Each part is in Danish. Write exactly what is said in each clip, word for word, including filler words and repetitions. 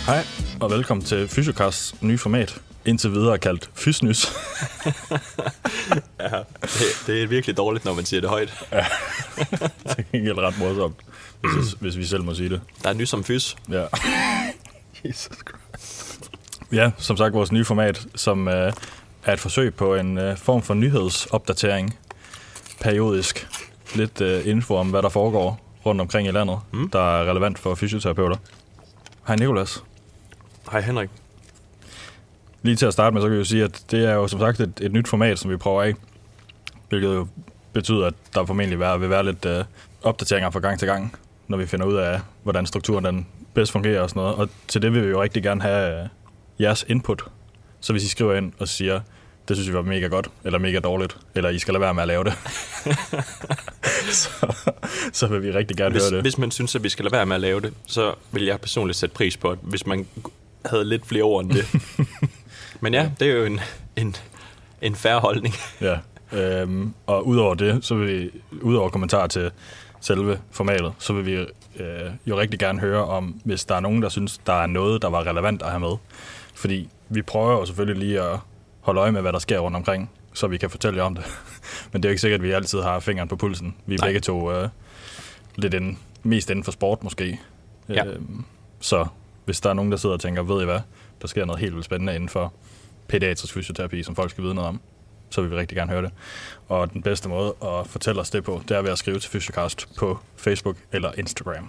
Hej, og velkommen til Fysiocasts nye format, indtil videre kaldt Fysnys. Ja, det, det er virkelig dårligt, når man siger det højt. Ja, det er ikke ret morsomt, hvis, hvis vi selv må sige det. Der er nys som fys. Ja. Jesus Christ. Ja, som sagt vores nye format, som øh, er et forsøg på en øh, form for nyhedsopdatering, periodisk. Lidt øh, info om, hvad der foregår rundt omkring i landet, mm. der er relevant for fysioterapeuter. Hej Nicolas. Hej Henrik. Lige til at starte med, så kan vi jo sige, at det er jo som sagt et, et nyt format, som vi prøver af, hvilket jo betyder, at der formentlig vil være lidt øh, opdateringer fra gang til gang, når vi finder ud af, hvordan strukturen den bedst fungerer og sådan noget. Og til det vil vi jo rigtig gerne have øh, jeres input. Så hvis I skriver ind og siger, det synes vi var mega godt, eller mega dårligt, eller I skal lade være med at lave det, så, så vil vi rigtig gerne hvis, høre det. Hvis man synes, at vi skal lade være med at lave det, så vil jeg personligt sætte pris på, at hvis man havde lidt flere ord end det. Men ja, det er jo en, en, en fair holdning. Ja, øhm, og udover det, så vil vi, udover kommentarer til selve formatet, så vil vi øh, jo rigtig gerne høre om, hvis der er nogen, der synes, der er noget, der var relevant at have med. Fordi vi prøver jo selvfølgelig lige at holde øje med, hvad der sker rundt omkring, så vi kan fortælle jer om det. Men det er jo ikke sikkert, at vi altid har fingeren på pulsen. Vi er Nej. begge to øh, lidt inden, mest inden for sport måske. Ja. Øhm, så hvis der er nogen, der sidder og tænker, ved I hvad, der sker noget helt vildt spændende inden for pædiatrisk fysioterapi, som folk skal vide noget om, så vil vi rigtig gerne høre det. Og den bedste måde at fortælle os det på, det er ved at skrive til Fysiocast på Facebook eller Instagram.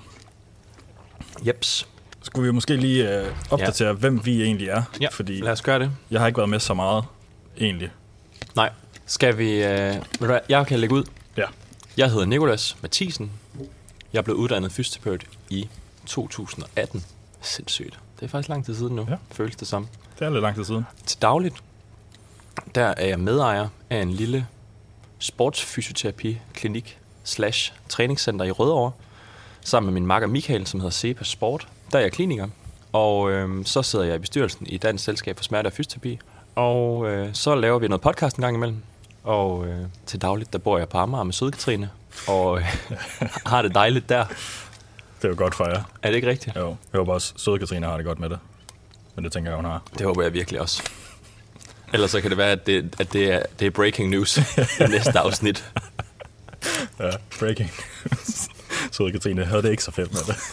Jeps. Skulle vi måske lige øh, opdatere, ja. hvem vi egentlig er? Ja, fordi lad os gøre det. Jeg har ikke været med så meget, egentlig. Nej. Skal vi... Øh, jeg kan lægge ud. Ja. Jeg hedder Nicolas Mathisen. Jeg blev uddannet fysioterapeut i to tusind og atten. Sindssygt. Det er faktisk lang tid siden nu, ja. Føles det som. Det er lidt lang tid siden. Til dagligt, der er jeg medejer af en lille sportsfysioterapi-klinik slash træningscenter i Rødovre, sammen med min makker Michael, som hedder Sepa Sport. Der er jeg kliniker, og øh, så sidder jeg i bestyrelsen i Dansk Selskab for Smerte og Fysioterapi, og øh, så laver vi noget podcast en gang imellem, og øh, til dagligt, der bor jeg på Amager med Søde Katrine, og øh, har det dejligt der. Det er jo godt for jer. Er det ikke rigtigt? Jo, jeg håber også, Søde Katrine har det godt med det. Men det tænker jeg, hun har. Det håber jeg virkelig også. Ellers så kan det være, at det, at det, er, det er breaking news i næste afsnit. Ja, breaking news. Søde Katrine havde det ikke så fedt med det.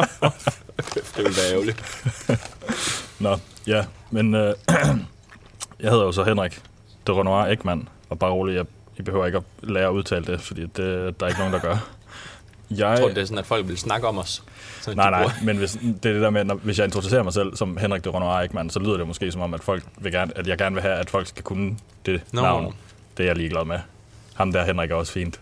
Det ville være ærgerligt. Nå, ja, men øh, jeg hedder jo så Henrik de Renoir Ekman, og bare roligt, jeg, I behøver ikke at lære at udtale det, fordi det, der er ikke nogen, der gør. Jeg, jeg tror, det er sådan, at folk vil snakke om os. Nej, nej, men hvis, det er det der med, når, hvis jeg introducerer mig selv som Henrik de Renoir Ekman, så lyder det måske som om, at, folk vil gerne, at jeg gerne vil have, at folk skal kunne det no. navn. Det er jeg ligeglad med. Ham der, Henrik, er også fint.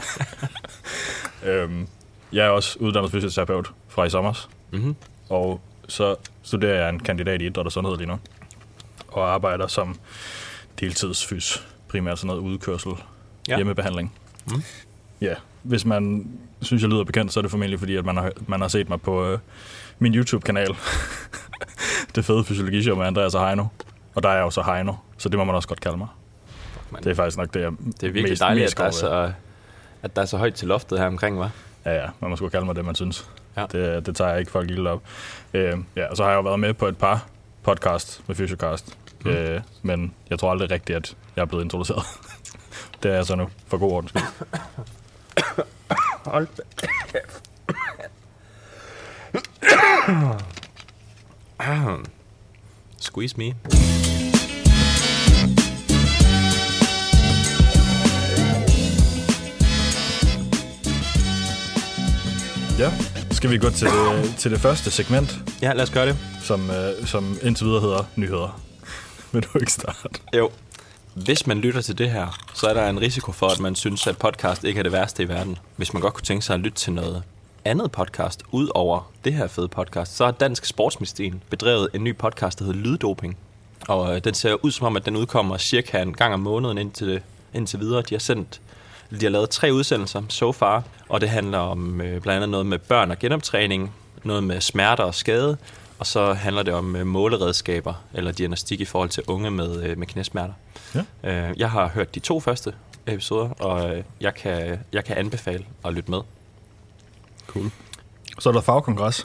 øhm, jeg er også uddannet fysioterapeut fra i sommers, mm-hmm. og så studerer jeg en kandidat i idræt og sundhed lige nu, og arbejder som deltidsfys, primært sådan noget udkørsel, ja. hjemmebehandling. Mm. Ja, hvis man synes, jeg lyder bekendt, så er det formentlig fordi, at man har, man har set mig på øh, min YouTube-kanal. Det fede fysiologishow med Andreas og Heino. Og der er jeg jo så Heino, så det må man også godt kalde mig. Man, det er faktisk nok det, jeg det er virkelig mest, dejligt, mest at, der er så, at der er så højt til loftet her omkring, hva'? Ja, ja, man må sgu kalde mig det, man synes. Ja. Det, det tager jeg ikke folk ilde op. Øh, ja, og så har jeg jo været med på et par podcast med Fysiocast. Mm. Øh, men jeg tror aldrig rigtigt, at jeg er blevet introduceret. Det er jeg så nu, for god ordens skyld. Hold Squeeze me. Ja, skal vi gå til det, til det første segment? Ja, lad os gøre det. Som, øh, som indtil videre hedder nyheder. Vil du ikke starte? Jo. Hvis man lytter til det her, så er der en risiko for, at man synes, at podcast ikke er det værste i verden. Hvis man godt kunne tænke sig at lytte til noget andet podcast, ud over det her fede podcast, så har Dansk Sportsmedicin bedrevet en ny podcast, der hedder Lyddoping. Og øh, den ser ud som om, at den udkommer cirka en gang om måneden indtil, indtil videre. De har sendt, de har lavet tre udsendelser so far, og det handler om øh, blandt andet noget med børn og genoptræning, noget med smerter og skade, og så handler det om øh, måleredskaber eller diagnostik i forhold til unge med, øh, med knæsmerter. Ja. Øh, jeg har hørt de to første episoder, og øh, jeg, kan, jeg kan anbefale at lytte med. Cool. Så er der fagkongres.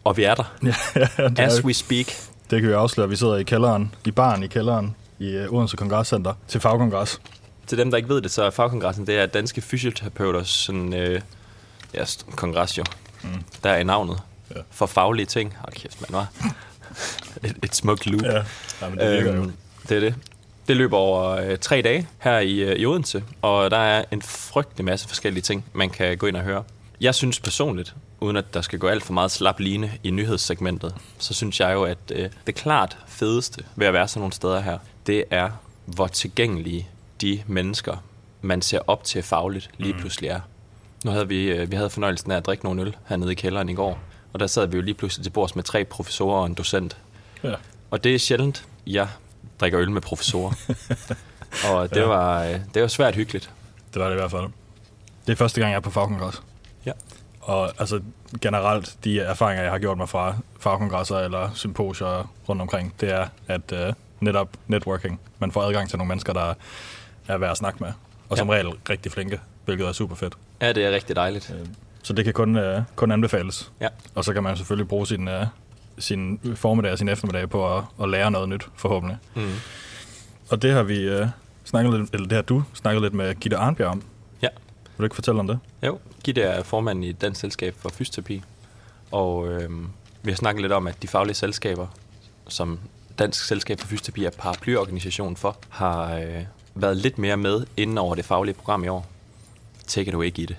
Og vi er der. Ja, ja, det As er, we speak. det kan vi afsløre. Vi sidder i kælderen, i baren i kælderen, i uh, Odense Kongresscenter til fagkongres. Til dem, der ikke ved det, så er fagkongressen, det er Danske Fysioterapeuters sådan, øh, ja, kongres jo. Mm. Der er i navnet ja. For faglige ting. Hold kæft, man, var et, et smukt loop. Ja, ja men det virker øhm, jo. Det er det. Det løber over øh, tre dage her i, øh, i Odense, og der er en frygtelig masse forskellige ting, man kan gå ind og høre. Jeg synes personligt, uden at der skal gå alt for meget slap line i nyhedssegmentet, så synes jeg jo, at øh, det klart fedeste ved at være sådan nogle steder her, det er, hvor tilgængelige de mennesker, man ser op til fagligt, lige pludselig er. Nu havde vi, øh, vi havde fornøjelsen af at drikke nogle øl hernede i kælderen i går, og der sad vi jo lige pludselig til bords med tre professorer og en docent. Ja. Og det er sjældent, jeg drikker øl med professorer. Og det, ja. var, øh, det var svært hyggeligt. Det var det i hvert fald. Det er første gang, jeg er på fagkongres. Ja. Og altså generelt, de erfaringer, jeg har gjort mig fra fagkongresser eller symposier rundt omkring, det er, at uh, netop networking, man får adgang til nogle mennesker, der er værd at snakke med. Og som ja. regel rigtig flinke, hvilket er super fedt. Ja, det er rigtig dejligt. Så det kan kun, uh, kun anbefales. Ja. Og så kan man selvfølgelig bruge sin, uh, sin formiddag og sin eftermiddag på at, at lære noget nyt, forhåbentlig. Mm. Og det har vi uh, snakket lidt, eller det har du snakket lidt med Gitte Arnbjerg om. Ja. Vil du ikke fortælle om det? Jo, Gitte er formanden i Dansk Selskab for Fysioterapi, og øh, vi har snakket lidt om, at de faglige selskaber, som Dansk Selskab for Fysioterapi er paraplyorganisation for, har øh, været lidt mere med inden over det faglige program i år. Take it away, Gitte.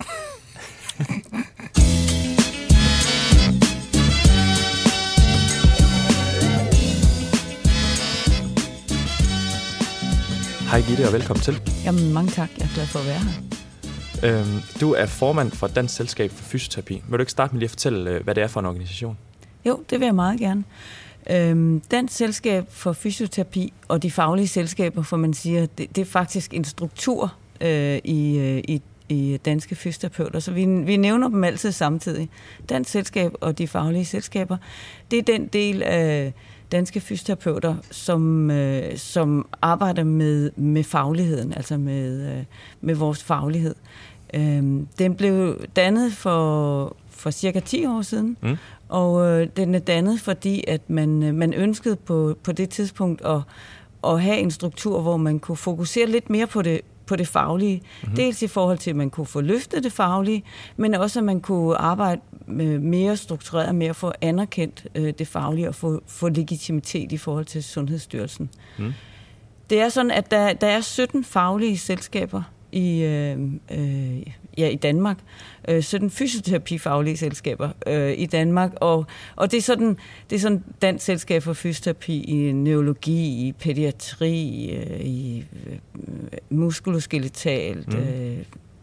Hej Gitte, og velkommen til. Jamen, mange tak. Jeg er glad for at være her. Øhm, du er formand for Dansk Selskab for Fysioterapi. Vil du ikke starte med lige at fortælle, hvad det er for en organisation? Jo, det vil jeg meget gerne. Øhm, Dansk Selskab for Fysioterapi og de faglige selskaber, for man siger, det, det er faktisk en struktur øh, i, øh, i, i danske fysioterapeuter. Så vi, vi nævner dem altid samtidig. Dansk Selskab og de faglige selskaber, det er den del af danske fysioterapeuter, som, øh, som arbejder med, med fagligheden, altså med, øh, med vores faglighed. Øhm, den blev dannet for, for cirka ti år siden, mm. og øh, den er dannet, fordi at man, øh, man ønskede på, på det tidspunkt at, at have en struktur, hvor man kunne fokusere lidt mere på det, på det faglige. Mm-hmm. Dels i forhold til, at man kunne få løftet det faglige, men også, at man kunne arbejde mere struktureret med at få anerkendt øh, det faglige og få, få legitimitet i forhold til Sundhedsstyrelsen. Mm. Det er sådan, at der, der er sytten faglige selskaber i, øh, øh, ja, i Danmark. Øh, sytten fysioterapifaglige selskaber øh, i Danmark, og, og det er sådan, det er sådan Dansk Selskab for Fysioterapi i neurologi, i pædiatri, øh, i øh, muskuloskeletalt, mm. øh,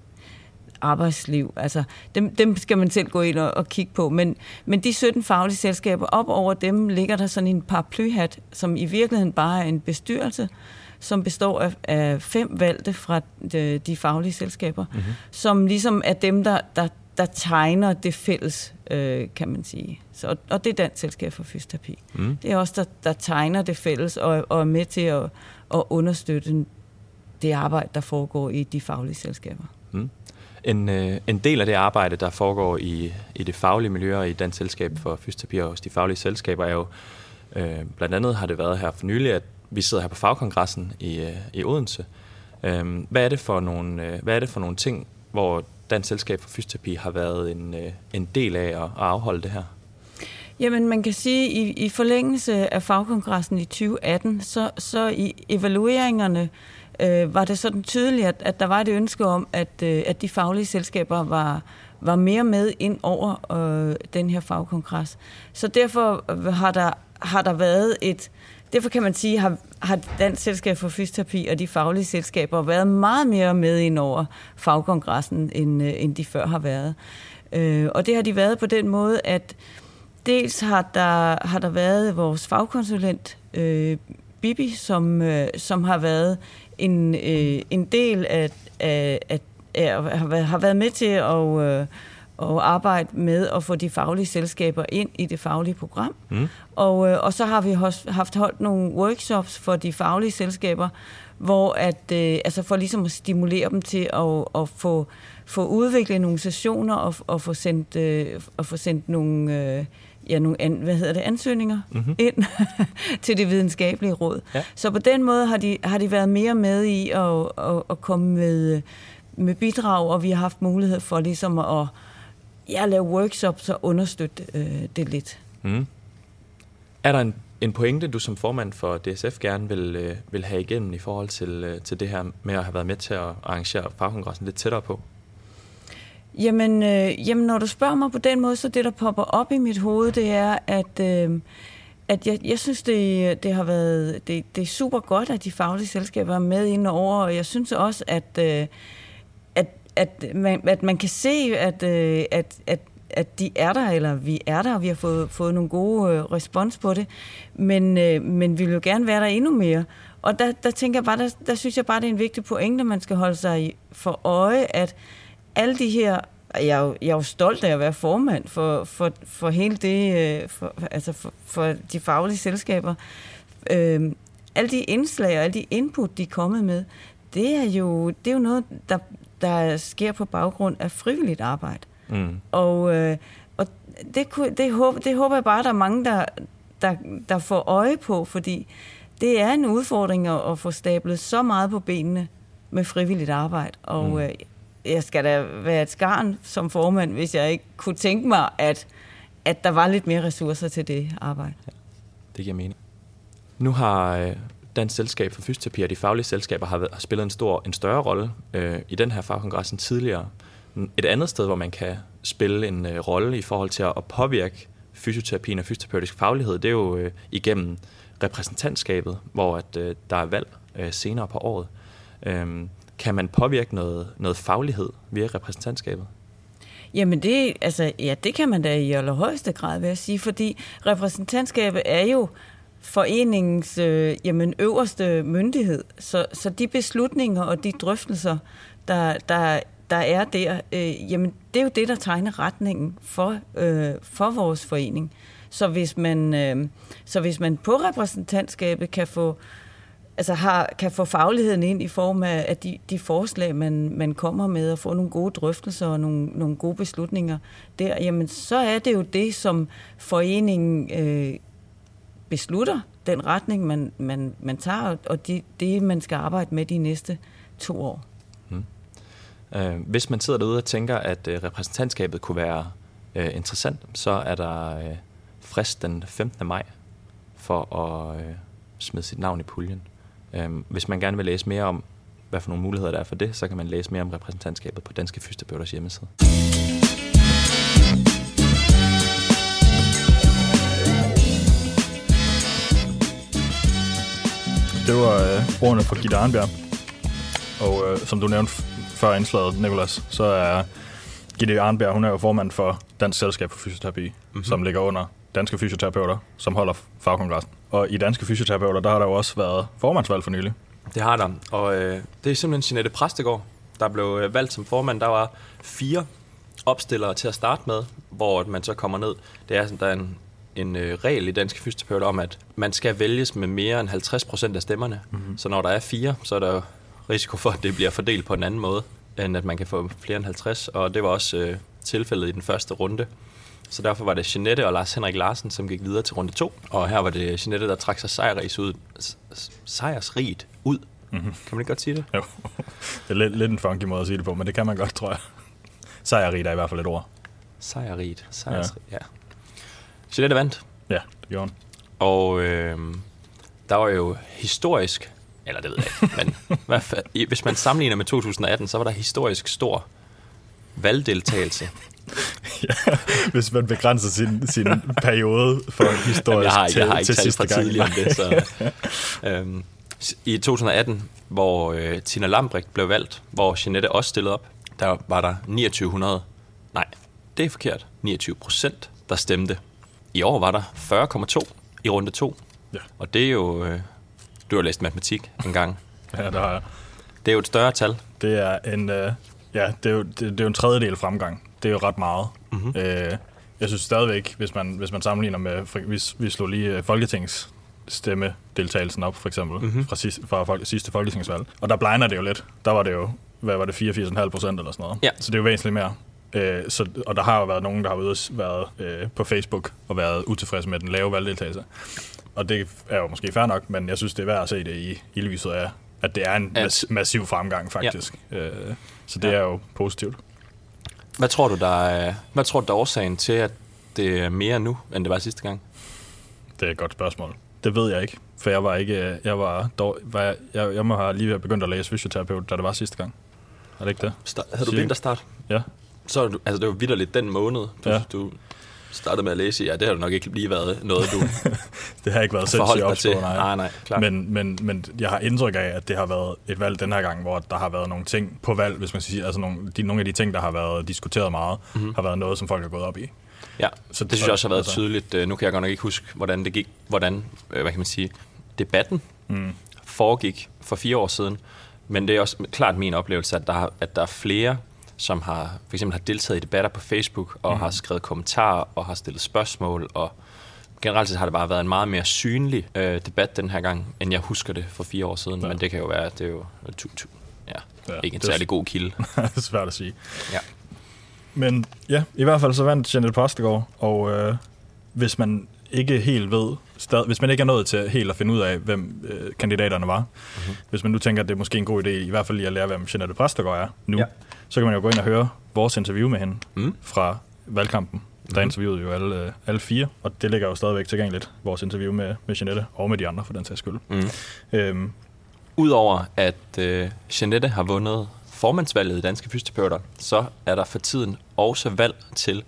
arbejdsliv. Altså, dem, dem skal man selv gå ind og, og kigge på. Men, men de sytten faglige selskaber, op over dem ligger der sådan en paraplyhat, som i virkeligheden bare er en bestyrelse, som består af, af fem valgte fra de, de faglige selskaber, mm-hmm. som ligesom er dem, der, der, der tegner det fælles, øh, kan man sige. Så, og det er Dansk Selskab for Fysioterapi. Mm. Det er også der, der tegner det fælles og, og er med til at, at understøtte det arbejde, der foregår i de faglige selskaber. Mm. En, øh, en del af det arbejde, der foregår i, i det faglige miljø og i Dansk Selskab for Fysioterapi og hos de faglige selskaber, er jo, øh, blandt andet har det været her for nylig, at vi sidder her på fagkongressen i, øh, i Odense. Øh, hvad, er det for nogle, øh, hvad er det for nogle ting, hvor Dansk Selskab for Fysioterapi har været en, øh, en del af at, at afholde det her? Jamen, man kan sige, at i, i forlængelse af fagkongressen i tyve atten, så, så i evalueringerne øh, var det sådan tydeligt, at, at der var et ønske om, at, øh, at de faglige selskaber var, var mere med ind over øh, den her fagkongres. Så derfor har der, har der været et... Derfor kan man sige, har, har Dansk Selskab for Fysioterapi og de faglige selskaber været meget mere med ind over fagkongressen, end, end de før har været. Øh, og det har de været på den måde, at dels har der, har der været vores fagkonsulent, øh, Bibi, som, øh, som har været en, øh, en del af, af, af, af, har været med til at... Øh, og arbejde med at få de faglige selskaber ind i det faglige program. Mm. Og, øh, og så har vi haft holdt nogle workshops for de faglige selskaber, hvor at, øh, altså for ligesom at stimulere dem til at, at få, få udviklet nogle sessioner og, og få sendt, øh, og få sendt nogle, øh, ja, nogle an, hvad hedder det, ansøgninger mm-hmm. ind til det videnskabelige råd. Ja. Så på den måde har de, har de været mere med i at, at, at komme med, med bidrag, og vi har haft mulighed for ligesom at ja, lave workshops og understøtte øh, det lidt. Mm. Er der en, en pointe, du som formand for D S F gerne vil, øh, vil have igennem i forhold til, øh, til det her med at have været med til at arrangere fagkongressen lidt tættere på? Jamen, øh, jamen, når du spørger mig på den måde, så det, der popper op i mit hoved, det er, at, øh, at jeg, jeg synes, det, det har været det, det er super godt, at de faglige selskaber er med ind over, og jeg synes også, at, øh, at, at, man, at man kan se, at, øh, at, at, at de er der, eller vi er der, og vi har fået, fået nogle gode øh, respons på det, men, øh, men vi vil jo gerne være der endnu mere. Og der, der tænker jeg bare, der, der synes jeg bare, det er en vigtig pointe, man skal holde sig for øje, at alle de her, jeg er, jo, jeg er jo stolt af at være formand for, for, for hele det, for, altså for, for de faglige selskaber. Øhm, alle de indslag og alle de input, de er kommet med, det er jo, det er jo noget, der, der sker på baggrund af frivilligt arbejde. Mm. Og, øh, og det, det, håber, det håber jeg bare, der er mange, der, der, der får øje på, fordi det er en udfordring at, at få stablet så meget på benene med frivilligt arbejde. Og mm. øh, jeg skal da være et skarn som formand, hvis jeg ikke kunne tænke mig, at, at der var lidt mere ressourcer til det arbejde. Ja, det giver mening. Nu har øh, Dansk Selskab for Fysioterapi og de faglige selskaber har, har spillet en stor, en større rolle øh, i den her fagkongres end tidligere. Et andet sted, hvor man kan spille en øh, rolle i forhold til at, at påvirke fysioterapien og fysioterapeutisk faglighed, det er jo øh, igennem repræsentantskabet, hvor at, øh, der er valg øh, senere på året. Øh, Kan man påvirke noget, noget faglighed via repræsentantskabet? Jamen det, altså, ja, det kan man da i allerhøjeste grad, vil jeg sige, fordi repræsentantskabet er jo foreningens øh, jamen, øverste myndighed. Så, så de beslutninger og de drøftelser, der, der, der er der, øh, jamen, det er jo det, der tegner retningen for, øh, for vores forening. Så hvis man, øh, så hvis man på repræsentantskabet kan få altså har, kan få fagligheden ind i form af, af de, de forslag, man, man kommer med, og få nogle gode drøftelser og nogle, nogle gode beslutninger der, jamen så er det jo det, som foreningen øh, beslutter, den retning, man, man, man tager, og det, det, man skal arbejde med de næste to år. Hmm. Øh, hvis man sidder derude og tænker, at øh, repræsentantskabet kunne være øh, interessant, så er der øh, frist den femtende maj for at øh, smide sit navn i puljen. Hvis man gerne vil læse mere om, hvad for nogle muligheder der er for det, så kan man læse mere om repræsentantskabet på Danske Fysioterapeuters hjemmeside. Det var øh, ordene fra Gitte Arnbjerg. Og øh, som du nævnte før indslaget, Nicolas, så er Gitte Arnbjerg, hun er jo formand for Dansk Selskab for Fysioterapi, mm-hmm. som ligger under Danske Fysioterapeuter, som holder fagkongressen. Og i Danske Fysioterapeuter, der har der jo også været formandsvalg for nylig. Det har der, og øh, det er simpelthen Jeanette Præstegård, der blev øh, valgt som formand. Der var fire opstillere til at starte med, hvor man så kommer ned. Det er sådan, der er en, en øh, regel i Danske Fysioterapeuter om, at man skal vælges med mere end halvtreds procent af stemmerne. Mm-hmm. Så når der er fire, så er der jo risiko for, at det bliver fordelt på en anden måde, end at man kan få flere end halvtreds. Og det var også øh, tilfældet i den første runde. Så derfor var det Jeanette og Lars Henrik Larsen, som gik videre til runde to. Og her var det Jeanette, der trak sig sejrigt ud. Sejrsrigt ud. Mm-hmm. Kan man ikke godt sige det? Jo, det er lidt, lidt en funky måde at sige det på, men det kan man godt, tror jeg. Sejrrigt er i hvert fald et ord. Sejrrigt. Sejrsrigt, ja. ja. Jeanette vandt. Ja, det gjorde hun. Og øh, der var jo historisk, eller det ved jeg ikke, men hvad fald, hvis man sammenligner med to tusind atten, så var der historisk stor valgdeltagelse. Ja, hvis man begrænser sin, sin periode for historisk Jamen, jeg har, til, jeg har ikke til sidste gang. Tidligere om det, så, øhm, i to tusind atten, hvor øh, Tina Lambrecht blev valgt, hvor Jeanette også stillede op, der var der niogtyve hundrede, nej, det er forkert, niogtyve procent, der stemte. I år var der fyrre komma to i runde to, ja. Og det er jo, øh, du har læst matematik en gang. Ja, det har jeg. Det er jo et større tal. Det er en, øh, ja, det er jo, det, det er jo en tredjedel fremgang. Det er jo ret meget. Mm-hmm. Øh, jeg synes stadigvæk, hvis man, hvis man sammenligner med, for, vi, vi slog lige folketingsstemmedeltagelsen op, for eksempel, mm-hmm. fra, sidste, fra folk, sidste folketingsvalg. Og der blegner det jo lidt. Der var det jo, hvad var det, fireogfirs komma fem procent eller sådan noget. Ja. Så det er jo væsentligt mere. Øh, så, og der har jo været nogen, der har været øh, på Facebook og været utilfredse med den lave valgdeltagelse. Og det er jo måske fair nok, men jeg synes, det er værd at se det i, i lyset af, at det er en mass, massiv fremgang, faktisk. Ja. Øh, så det ja. er jo positivt. Hvad tror du, der er, hvad tror du, der er årsagen til, at det er mere nu, end det var sidste gang? Det er et godt spørgsmål. Det ved jeg ikke, for jeg var ikke, jeg var, dog, var jeg, jeg, jeg må have lige begyndt at læse fysioterapeut, da det var sidste gang. Er det ikke det? Start, havde du vinterstart? Ja. Så du, altså det var vitterligt den måned, du, ja. du startede med at læse i. Ja, det har du nok ikke lige været noget, du det har ikke været sindssygt opstået, nej. nej, nej, klart. Men, men, men jeg har indtryk af, at det har været et valg den her gang, hvor der har været nogle ting på valg, hvis man skal sige, altså nogle, de, nogle af de ting, der har været diskuteret meget, mm-hmm. har været noget, som folk har gået op i. Ja, så det synes jeg også har været altså tydeligt. Nu kan jeg godt nok ikke huske, hvordan det gik, hvordan, hvad kan man sige, debatten mm. foregik for fire år siden. Men det er også klart min oplevelse, at der, at der er flere, som har for eksempel har deltaget i debatter på Facebook, og mm. har skrevet kommentarer, og har stillet spørgsmål, og generelt set har det bare været en meget mere synlig øh, debat den her gang, end jeg husker det for fire år siden. Ja. Men det kan jo være, det er jo tu, tu, ja, ja, ikke en særlig god kilde. Det er svært at sige. Ja. Men ja, i hvert fald så vandt Jeanette Postegård, og øh, hvis man ikke helt ved, stad, hvis man ikke er nået til helt at finde ud af, hvem øh, kandidaterne var, mm-hmm. hvis man nu tænker, at det er måske en god idé, i hvert fald lige at lære, hvem Jeanette Postegård er nu, ja. så kan man jo gå ind og høre vores interview med hende mm. fra valgkampen. Der mm-hmm. interviewede jo alle, øh, alle fire, og det ligger jo stadigvæk tilgængeligt, vores interview med, med Jeanette, og med de andre, for den sags skyld. Mm. Øhm. Udover at øh, Jeanette har vundet formandsvalget i Danske Fysioterapeuter, så er der for tiden også valg til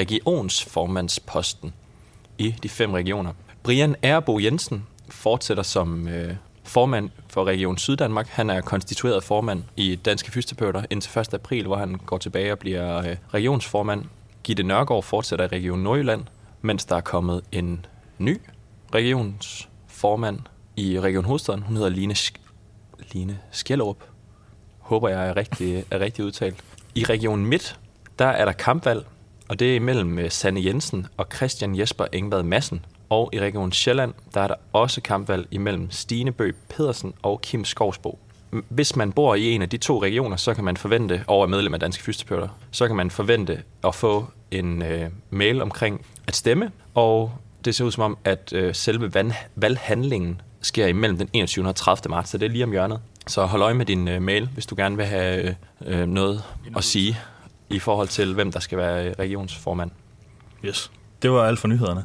regionsformandsposten i de fem regioner. Brian Erbo Jensen fortsætter som øh, formand for Region Syddanmark. Han er konstitueret formand i Danske Fysioterapeuter indtil første april, hvor han går tilbage og bliver øh, regionsformand. Gitte Nørgaard fortsætter i Region Nordjylland, mens der er kommet en ny regionsformand i Region Hovedstaden. Hun hedder Line, Sk- Line Skjellerup. Håber jeg er rigtig, er rigtig udtalt. I Region Midt, der er der kampvalg, og det er imellem Sanne Jensen og Christian Jesper Engvad Madsen. Og i Region Sjælland, der er der også kampvalg imellem Stine Bøgh Pedersen og Kim Skovsbo. Hvis man bor i en af de to regioner, så kan man forvente, og er medlem af Danske Fysioterapeuter, så kan man forvente at få en øh, mail omkring at stemme, og det ser ud som om, at øh, selve valg- valghandlingen sker imellem den enogtyvende og tredivte marts, så det er lige om hjørnet. Så hold øje med din øh, mail, hvis du gerne vil have øh, noget at sige i forhold til, hvem der skal være regionsformand. Yes. Det var alt for nyhederne.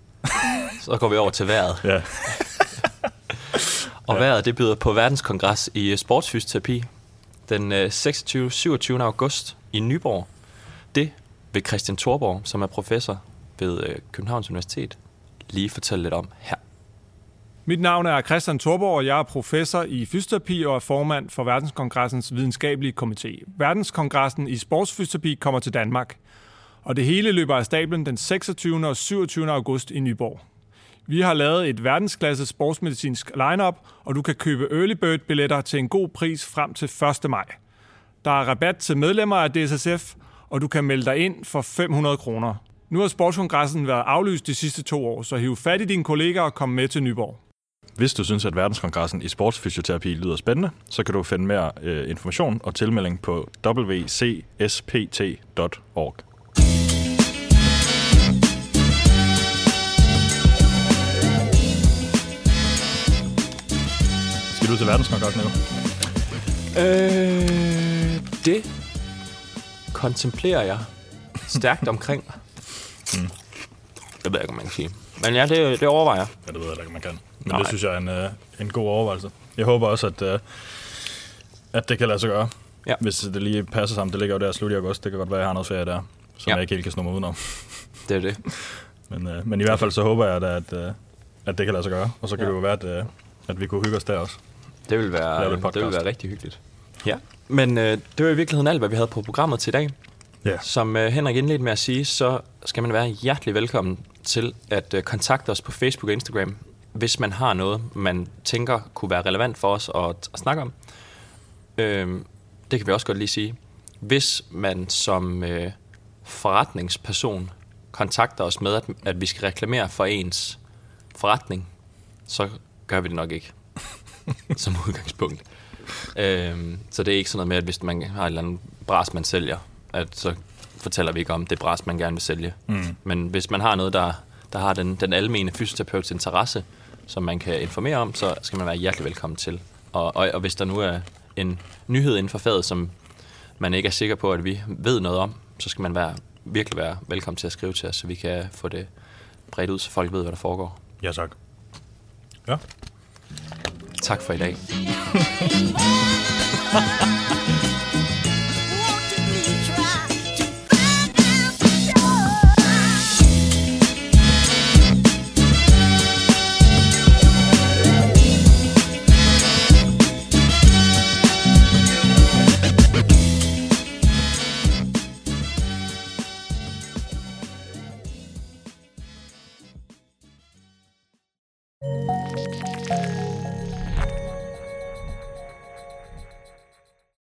Så går vi over til vejret. Ja. Og vejret, det byder på verdenskongres i sportsfysioterapi den seksogtyvende til syvogtyvende august i Nyborg. Det vil Christian Thorborg, som er professor ved Københavns Universitet, lige fortælle lidt om her. Mit navn er Christian Thorborg, og jeg er professor i fysioterapi og er formand for Verdenskongressens videnskabelige komité. Verdenskongressen i sportsfysioterapi kommer til Danmark, og det hele løber af stablen den seksogtyvende og syvogtyvende august i Nyborg. Vi har lavet et verdensklasse sportsmedicinsk line-up, og du kan købe early bird billetter til en god pris frem til første maj. Der er rabat til medlemmer af D S S F, og du kan melde dig ind for fem hundrede kroner. Nu har sportskongressen været aflyst de sidste to år, så hiv fat i dine kolleger og kom med til Nyborg. Hvis du synes, at verdenskongressen i sportsfysioterapi lyder spændende, så kan du finde mere øh, information og tilmelding på w c s p t punktum org. Skal du til verdenskongressen nu? Øh, det kontemplerer jeg stærkt omkring. Mm. Det ved jeg ikke, om man kan sige. Men ja, det, det overvejer jeg. Ja, det ved jeg ikke, man kan. Men Nej. Det synes jeg er en, uh, en god overvejelse. Jeg håber også, at, uh, at det kan lade sig gøre. Ja. Hvis det lige passer sammen. Det ligger jo der slut i august. Det kan godt være, at jeg har noget ferie der, som ja. jeg ikke helt kan snumme udenom. Det er det. men, uh, men i hvert fald så håber jeg, at, uh, at det kan lade sig gøre. Og så kan ja. det jo være, at, uh, at vi kunne hygge os der også. Det vil være, det vil være rigtig hyggeligt. Ja. Men øh, det var i virkeligheden alt, hvad vi havde på programmet til i dag. Yeah. Som øh, Henrik indledte med at sige, så skal man være hjertelig velkommen til at øh, kontakte os på Facebook og Instagram, hvis man har noget, man tænker kunne være relevant for os at, at snakke om. Øh, det kan vi også godt lige sige. Hvis man som øh, forretningsperson kontakter os med, at, at vi skal reklamere for ens forretning, så gør vi det nok ikke. Som udgangspunkt. Øhm, så det er ikke sådan noget med, at hvis man har et eller andet bras, man sælger, at så fortæller vi ikke om det bræs, man gerne vil sælge. Mm. Men hvis man har noget, der, der har den, den almene fysioterapeuts interesse, som man kan informere om, så skal man være hjertelig velkommen til. Og, og, og hvis der nu er en nyhed inden for faget, som man ikke er sikker på, at vi ved noget om, så skal man være, virkelig være velkommen til at skrive til os, så vi kan få det bredt ud, så folk ved, hvad der foregår. Ja, tak. Ja. Tak for i dag.